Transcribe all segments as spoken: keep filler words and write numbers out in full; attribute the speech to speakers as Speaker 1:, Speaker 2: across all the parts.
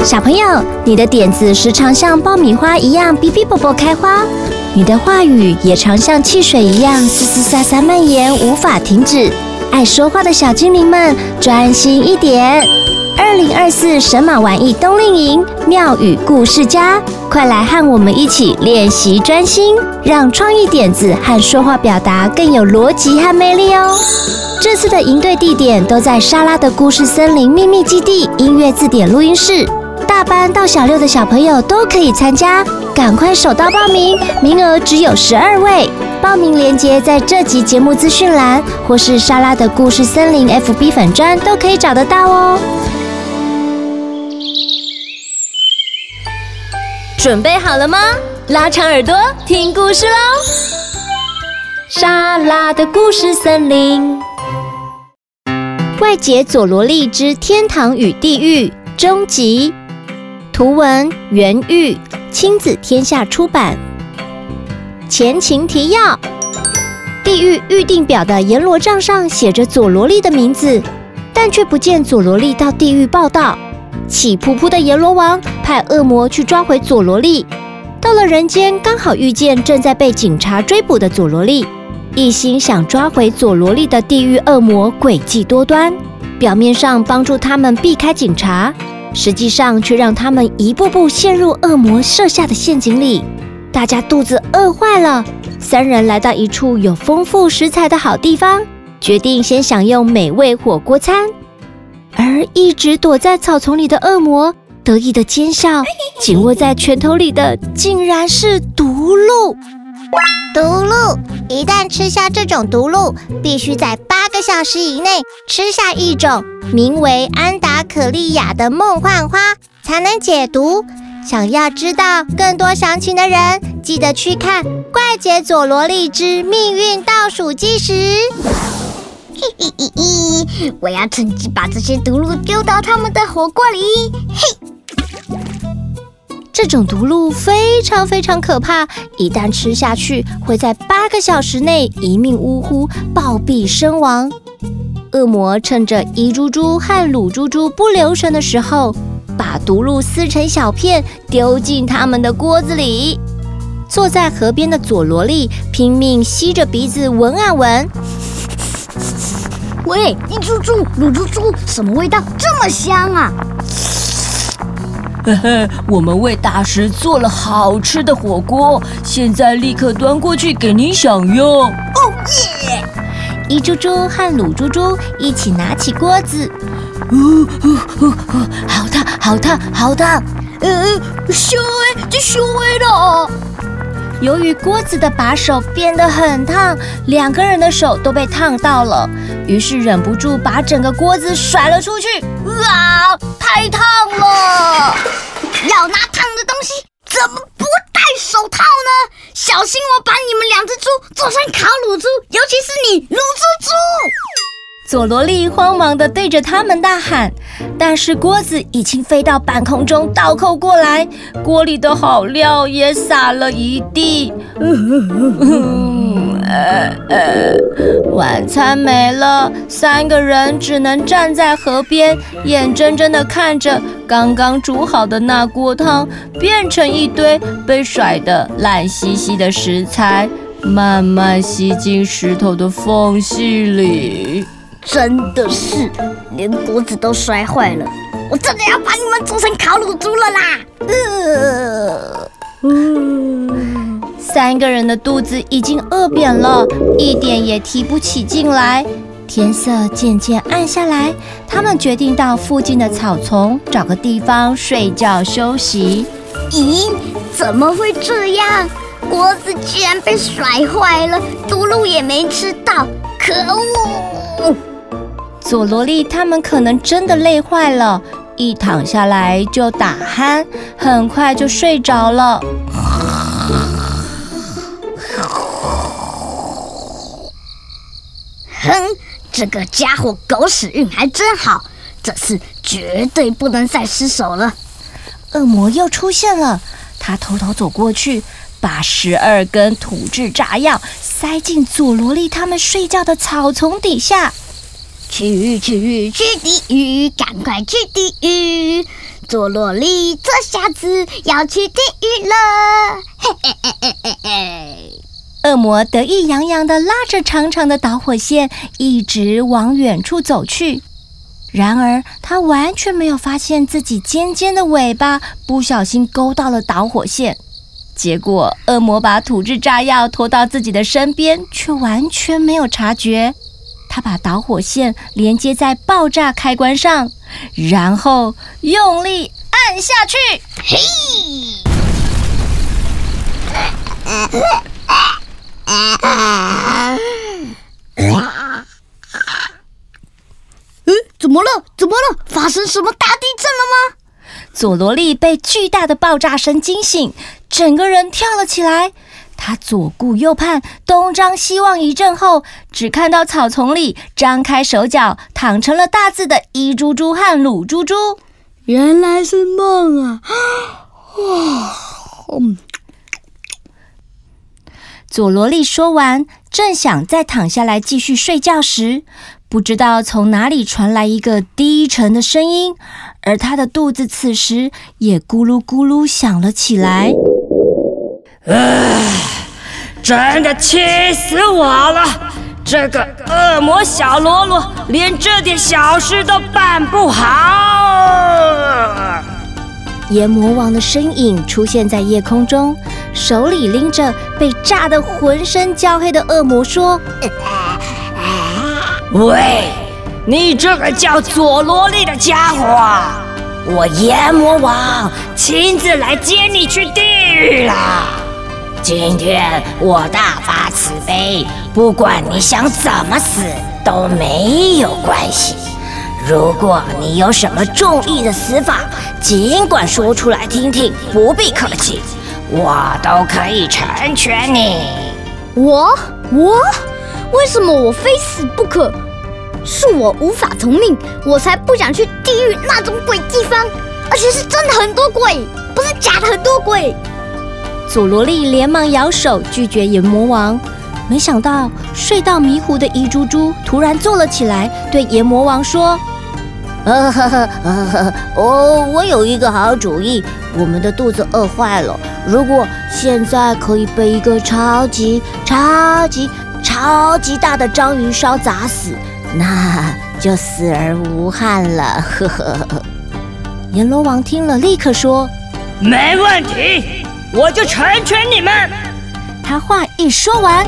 Speaker 1: 小朋友，你的点子时常像爆米花一样哔哔啵啵开花，你的话语也常像汽水一样嘶嘶沙沙蔓延，无法停止。爱说话的小精灵们，专心一点！二零二四神马玩意冬令营妙语故事家，快来和我们一起练习专心，让创意点子和说话表达更有逻辑和魅力哦。这次的营队地点都在莎拉的故事森林秘密基地音乐字典录音室，大班到小六的小朋友都可以参加，赶快手到报名，名额只有十二位。报名链接在这集节目资讯栏，或是莎拉的故事森林 F B 粉专都可以找得到哦。准备好了吗？拉长耳朵听故事喽！莎拉的故事森林，外姐佐罗莉之天堂与地狱终极，图文原玉，亲子天下出版。前情提要：地狱预定表的阎罗账上写着佐罗莉的名字，但却不见佐罗莉到地狱报到。气扑扑的阎罗王派恶魔去抓回佐罗莉，到了人间刚好遇见正在被警察追捕的佐罗莉，一心想抓回佐罗莉的地狱恶魔诡计多端，表面上帮助他们避开警察，实际上却让他们一步步陷入恶魔设下的陷阱里。大家肚子饿坏了，三人来到一处有丰富食材的好地方，决定先享用美味火锅餐。而一直躲在草丛里的恶魔得意的奸笑，紧握在拳头里的竟然是毒鹿。
Speaker 2: 毒鹿，一旦吃下这种毒鹿，必须在八个小时以内吃下一种名为安达可利亚的梦幻花，才能解毒。想要知道更多详情的人，记得去看《怪杰佐罗莉之命运倒数计时》。嘿嘿嘿嘿，我要趁机把这些毒鹿丢到他们的火锅里。嘿，
Speaker 1: 这种毒鹿非常非常可怕，一旦吃下去，会在八个小时内一命呜呼，暴毙身亡。恶魔趁着伊猪猪和鲁猪猪不留神的时候，把毒鹿撕成小片，丢进他们的锅子里。坐在河边的佐罗莉拼命吸着鼻子闻啊闻。
Speaker 3: 喂，伊猪猪、鲁猪猪，什么味道这么香啊？
Speaker 4: 嘿嘿，我们为大师做了好吃的火锅，现在立刻端过去给您享用。
Speaker 3: 哦耶！
Speaker 1: 伊猪猪和鲁猪猪一起拿起锅子，
Speaker 4: 呜呜呜呜，好烫，好烫，好烫！
Speaker 3: 呃，烧诶，这烧诶了。
Speaker 1: 由于锅子的把手变得很烫，两个人的手都被烫到了，于是忍不住把整个锅子甩了出去。啊，太烫了！
Speaker 3: 要拿烫的东西，怎么不戴手套呢？小心我把你们两只猪做成烤乳猪，尤其是你，乳猪猪！
Speaker 1: 佐罗莉慌忙地对着他们大喊，但是锅子已经飞到半空中倒扣过来，锅里的好料也洒了一地。呃呃，晚餐没了，三个人只能站在河边，眼睁睁地看着刚刚煮好的那锅汤变成一堆被甩得烂兮兮的食材，慢慢吸进石头的缝隙里。
Speaker 3: 真的是，连锅子都摔坏了，我真的要把你们做成烤乳猪了啦！呃，
Speaker 1: 嗯，三个人的肚子已经饿扁了，一点也提不起劲来。天色渐渐暗下来，他们决定到附近的草丛找个地方睡觉休息。
Speaker 3: 咦，怎么会这样？锅子居然被甩坏了，毒鹿也没吃到，可恶！
Speaker 1: 佐罗莉他们可能真的累坏了，一躺下来就打鼾，很快就睡着了。
Speaker 3: 哼，这个家伙狗屎运还真好，这次绝对不能再失手了。
Speaker 1: 恶魔又出现了，他偷偷走过去，把十二根土制炸药塞进佐罗莉他们睡觉的草丛底下。
Speaker 3: 去去去地狱，赶快去地狱！ 佐罗莉这下子要去地狱了，嘿嘿嘿嘿嘿嘿。
Speaker 1: 恶魔得意洋洋地拉着长长的导火线，一直往远处走去。然而，他完全没有发现自己尖尖的尾巴不小心勾到了导火线。结果，恶魔把土制炸药拖到自己的身边，却完全没有察觉。他把导火线连接在爆炸开关上，然后用力按下去。
Speaker 3: 嘿！嗯，怎么了？怎么了？发生什么大地震了吗？
Speaker 1: 佐罗莉被巨大的爆炸声惊醒，整个人跳了起来。他左顾右盼，东张西望一阵后，只看到草丛里张开手脚躺成了大字的伊猪猪和鲁猪猪。
Speaker 3: 原来是梦啊！哇，嗯。
Speaker 1: 佐罗莉说完，正想再躺下来继续睡觉时，不知道从哪里传来一个低沉的声音，而他的肚子此时也咕噜咕噜响了起来。
Speaker 5: 唉，真的气死我了！这个恶魔小喽啰连这点小事都办不好。
Speaker 1: 阎魔王的身影出现在夜空中，手里拎着被炸得浑身焦黑的恶魔说：
Speaker 5: 喂，你这个叫佐罗莉的家伙，我阎魔王亲自来接你去地狱啦！今天我大发慈悲，不管你想怎么死都没有关系。如果你有什么中意的死法，尽管说出来听听，不必客气，我都可以成全你。
Speaker 3: 我我为什么我非死不可？是我无法从命，我才不想去地狱那种鬼地方，而且是真的很多鬼，不是假的很多鬼。
Speaker 1: 佐罗莉连忙摇手拒绝阎魔王，没想到睡到迷糊的伊猪猪突然坐了起来，对阎魔王说：呃呵呵呃呵，我我有一个好主意，我们的肚子饿坏了，如果现在可以被一个超级超级超级大的章鱼烧砸死，那就死而无憾了。呵呵。阎罗王听了，立刻说：
Speaker 5: 没问题，我就成全你们。
Speaker 1: 他话一说完，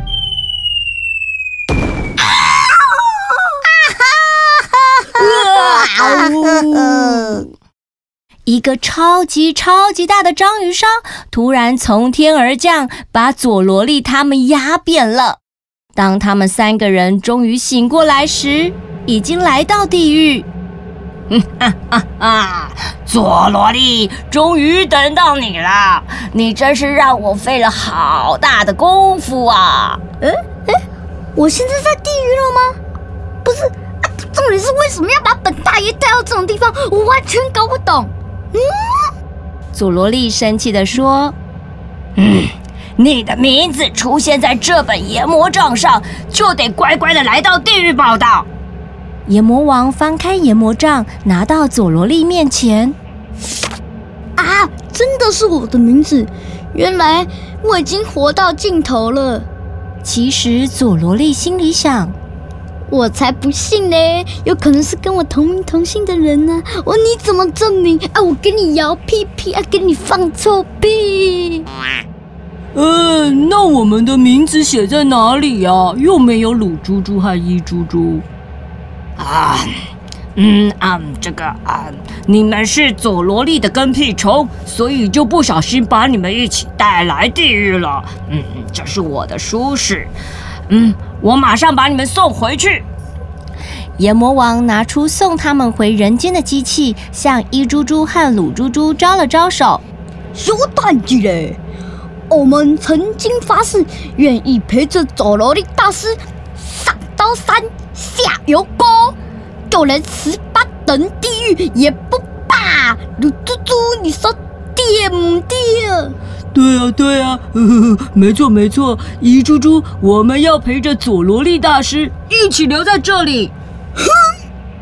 Speaker 1: 一个超级超级大的章鱼烧突然从天而降，把佐罗莉他们压扁了。当他们三个人终于醒过来时，已经来到地狱。
Speaker 5: 哈哈哈！佐罗莉，终于等到你了，你真是让我费了好大的功夫啊！
Speaker 3: 哎哎，我现在在地狱了吗？不是，啊、重点是为什么要把本大爷带到这种地方？我完全搞不懂。嗯，
Speaker 1: 佐罗莉生气地说：
Speaker 5: 嗯，你的名字出现在这本阎魔账上，就得乖乖的来到地狱报到。
Speaker 1: 阎魔王翻开阎魔账，拿到佐罗莉面前。
Speaker 3: 啊，真的是我的名字！原来我已经活到尽头了。
Speaker 1: 其实佐罗莉心里想：
Speaker 3: 我才不信呢，有可能是跟我同名同姓的人呢、啊。我你怎么证明？啊，我给你摇屁屁啊，给你放臭屁。
Speaker 4: 呃，那我们的名字写在哪里啊？又没有鲁猪猪和伊猪猪。
Speaker 5: 啊，嗯啊，这个啊，你们是佐罗莉的跟屁虫，所以就不小心把你们一起带来地狱了。嗯，这是我的疏失。嗯，我马上把你们送回去。
Speaker 1: 阎魔王拿出送他们回人间的机器，向伊猪猪和鲁猪猪招了招手。
Speaker 3: 小蛋子嘞，我们曾经发誓，愿意陪着佐罗莉大师上刀山下油锅，就连十八等地狱也不怕。鲁猪猪，你说对不对啊？
Speaker 4: 对啊，对啊，呵呵，没错没错，伊猪猪，我们要陪着佐罗莉大师一起留在这里。
Speaker 5: 哼，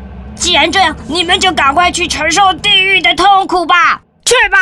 Speaker 5: 既然这样，你们就赶快去承受地狱的痛苦吧！去吧！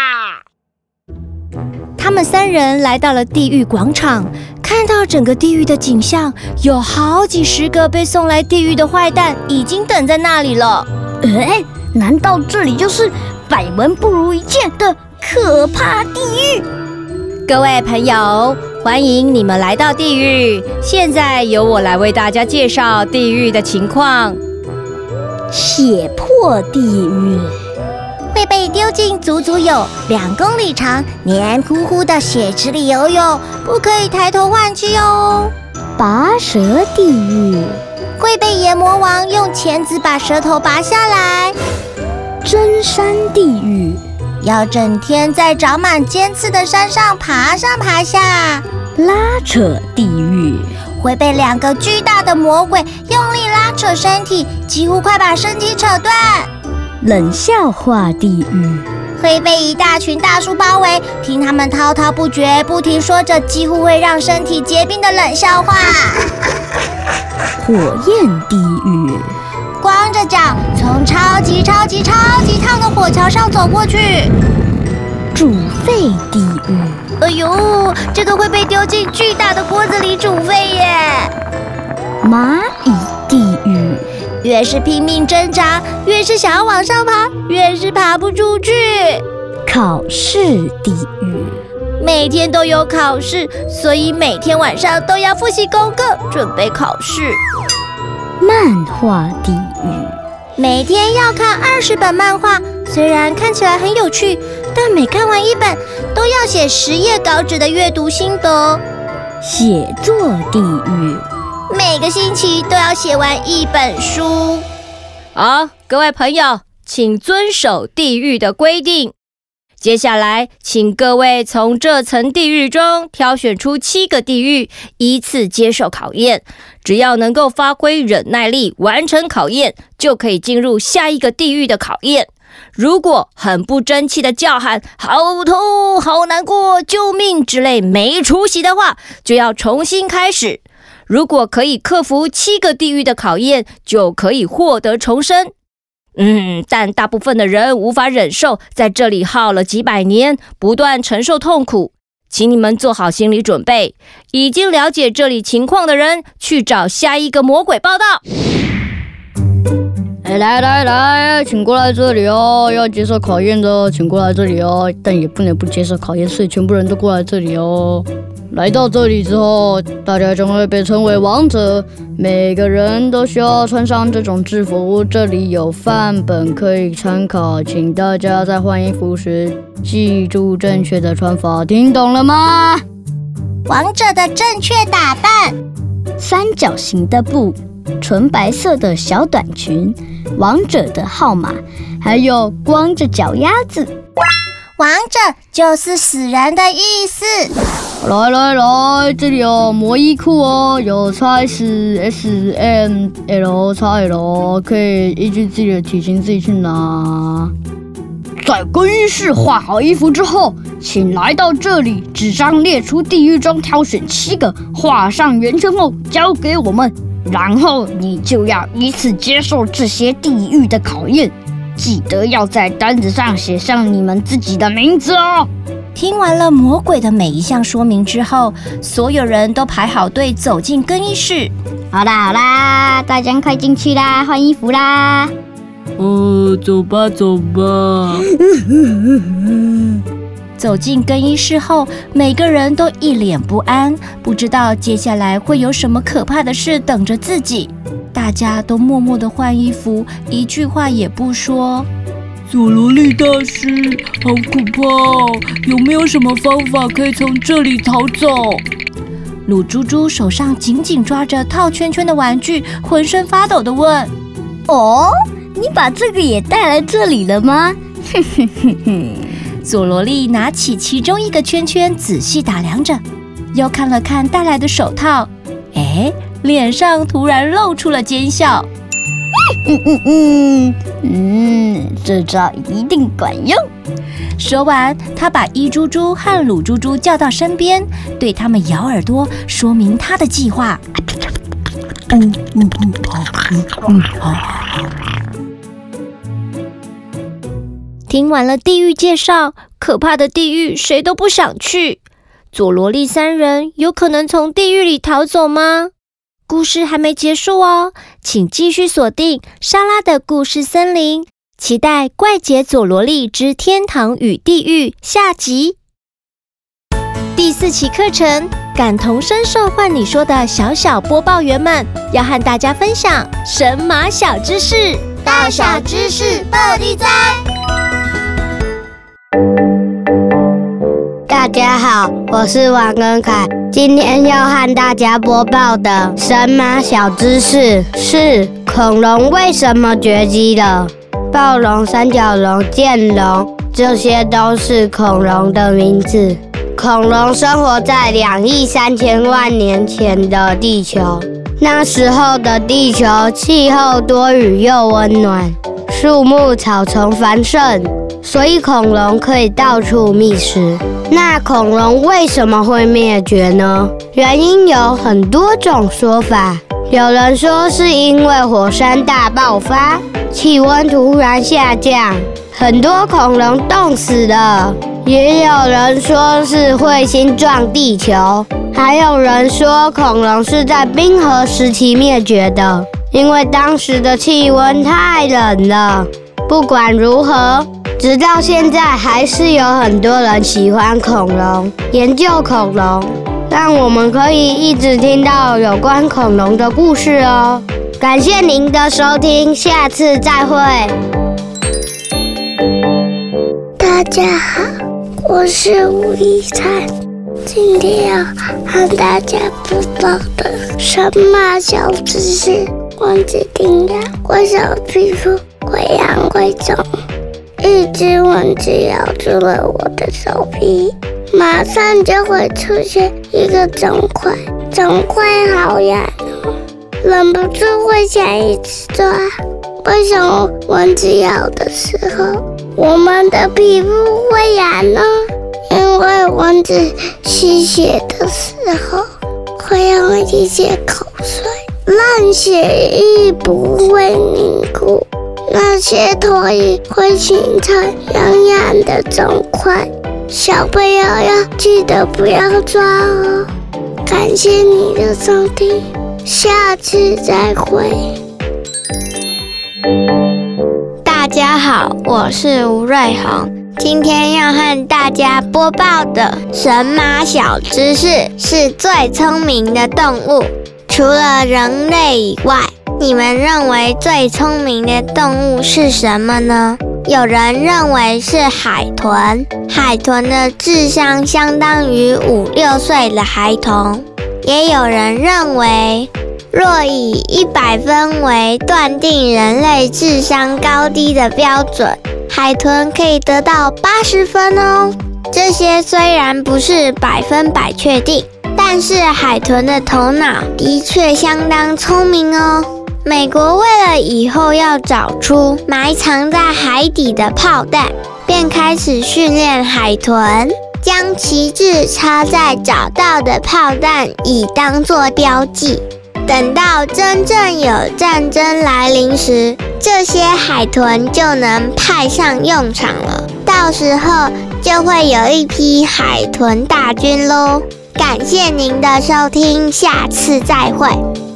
Speaker 1: 他们三人来到了地狱广场，看到整个地狱的景象，有好几十个被送来地狱的坏蛋已经等在那里了。
Speaker 3: 哎，难道这里就是百闻不如一见的可怕地狱？
Speaker 1: 各位朋友，欢迎你们来到地狱。现在由我来为大家介绍地狱的情况。
Speaker 3: 血泊地狱，
Speaker 2: 会被丢进足足有两公里长、黏糊糊的血池里游泳，不可以抬头换气哦。
Speaker 3: 拔舌地狱，
Speaker 2: 会被阎魔王用钳子把舌头拔下来。
Speaker 3: 真山地狱，
Speaker 2: 要整天在长满尖刺的山上爬上爬下。
Speaker 3: 拉扯地狱，
Speaker 2: 会被两个巨大的魔鬼用力拉扯身体，几乎快把身体扯断。
Speaker 3: 冷笑话地狱，
Speaker 2: 会被一大群大叔包围，听他们滔滔不绝，不停说着几乎会让身体结冰的冷笑话。
Speaker 3: 火焰地狱，
Speaker 2: 光着脚从超级超级超级烫的火桥上走过去。
Speaker 3: 煮沸地狱，
Speaker 2: 哎呦，这个会被丢进巨大的锅子里煮沸耶。
Speaker 3: 蚂蚁地狱，
Speaker 2: 越是拼命挣扎，越是想要往上爬，越是爬不出去。
Speaker 3: 考试地狱，
Speaker 2: 每天都有考试，所以每天晚上都要复习功课，准备考试。
Speaker 3: 漫画地狱，
Speaker 2: 每天要看二十本漫画，虽然看起来很有趣，但每看完一本都要写十页稿纸的阅读心得。
Speaker 3: 写作地狱，
Speaker 2: 每个星期都要写完一本书。
Speaker 1: 好，各位朋友，请遵守地狱的规定。接下来，请各位从这层地狱中挑选出七个地狱，依次接受考验。只要能够发挥忍耐力，完成考验，就可以进入下一个地狱的考验。如果很不争气的叫喊“好痛、好难过、救命”之类没出息的话，就要重新开始。如果可以克服七个地狱的考验，就可以获得重生。嗯，但大部分的人无法忍受在这里耗了几百年，不断承受痛苦。请你们做好心理准备，已经了解这里情况的人，去找下一个魔鬼报道。
Speaker 3: 哎，来来来，请过来这里哦！要接受考验的，请过来这里哦。但也不能不接受考验，所以全部人都过来这里哦。来到这里之后，大家将会被称为王者。每个人都需要穿上这种制服，这里有范本可以参考，请大家在换衣服时记住正确的穿法，听懂了吗？
Speaker 2: 王者的正确打扮：
Speaker 3: 三角形的布，纯白色的小短裙，王者的号码，还有光着脚丫子。
Speaker 2: 王者就是死人的意思。
Speaker 3: 来来来，这里有魔衣裤哦，有 size S、M、L、X L， 可以依据自己的体型自己去拿。在更衣室换好衣服之后，请来到这里，纸张列出地狱中挑选七个，画上圆圈后交给我们，然后你就要依次接受这些地狱的考验。记得要在单子上写上你们自己的名字哦。
Speaker 1: 听完了魔鬼的每一项说明之后，所有人都排好队走进更衣室。
Speaker 3: 好啦好啦，大家快进去啦，换衣服啦。
Speaker 4: 哦，走吧走吧。
Speaker 1: 走进更衣室后，每个人都一脸不安，不知道接下来会有什么可怕的事等着自己。大家都默默地换衣服，一句话也不说。
Speaker 4: 佐罗利大师，好可怕哦！有没有什么方法可以从这里逃走？
Speaker 1: 鲁猪猪手上紧紧抓着套圈圈的玩具，浑身发抖地问：“
Speaker 3: 哦，你把这个也带来这里了吗？”哼哼哼哼。
Speaker 1: 佐罗利拿起其中一个圈圈，仔细打量着，又看了看带来的手套，哎，脸上突然露出了奸笑。
Speaker 3: 嗯嗯嗯嗯，这招一定管用。
Speaker 1: 说完，他把伊猪猪和鲁猪猪叫到身边，对他们咬耳朵，说明他的计划。嗯嗯嗯嗯嗯听完了地狱介绍，可怕的地狱谁都不想去。佐罗利三人有可能从地狱里逃走吗？故事还没结束哦，请继续锁定莎拉的故事森林，期待《怪杰佐罗利之天堂与地狱》下集。第四期课程，感同身受换你说的小小播报员们，要和大家分享神马小知识。
Speaker 2: 大小知识报你知。
Speaker 6: 大家好，我是王恩凯，今天要和大家播报的神马小知识是恐龙为什么绝迹了。暴龙、三角龙、剑龙，这些都是恐龙的名字。恐龙生活在两亿三千万年前的地球，那时候的地球气候多雨又温暖，树木草丛繁盛，所以恐龙可以到处觅食。那恐龙为什么会灭绝呢？原因有很多种说法，有人说是因为火山大爆发，气温突然下降，很多恐龙冻死了。也有人说是彗星撞地球，还有人说恐龙是在冰河时期灭绝的，因为当时的气温太冷了。不管如何，直到现在还是有很多人喜欢恐龙，研究恐龙，让我们可以一直听到有关恐龙的故事哦。感谢您的收听，下次再会。
Speaker 7: 大家好，我是吴一灿，今天要和大家播报的神马小知识：蚊子叮咬，我小皮肤会痒会肿。一只蚊子咬住了我的手皮，马上就会出现一个肿块，肿块好痒哦，忍不住会想一直抓。为什么蚊子咬的时候，我们的皮肤会痒呢？因为蚊子吸血的时候会用一些口水，让血液不会凝固，那些唾液会形成痒痒的肿块。小朋友要记得不要抓哦。感谢你的收听，下次再会。
Speaker 6: 大家好，我是吴瑞红，今天要和大家播报的神马小知识是最聪明的动物。除了人类以外，你们认为最聪明的动物是什么呢？有人认为是海豚，海豚的智商相当于五六岁的孩童。也有人认为，若以一百分为断定人类智商高低的标准，海豚可以得到八十分哦。这些虽然不是百分百确定，但是海豚的头脑的确相当聪明哦。美国为了以后要找出埋藏在海底的炮弹，便开始训练海豚，将旗帜插在找到的炮弹，以当作标记。等到真正有战争来临时，这些海豚就能派上用场了。到时候就会有一批海豚大军咯。感谢您的收听，下次再会。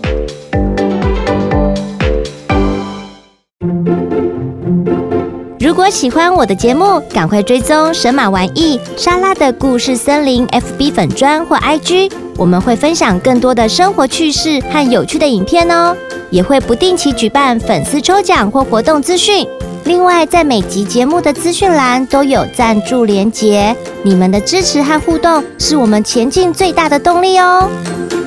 Speaker 1: 如果喜欢我的节目，赶快追踪神马玩意莎拉的故事森林 F B 粉专或 I G， 我们会分享更多的生活趣事和有趣的影片哦，也会不定期举办粉丝抽奖或活动资讯。另外，在每集节目的资讯栏都有赞助连结，你们的支持和互动是我们前进最大的动力哦。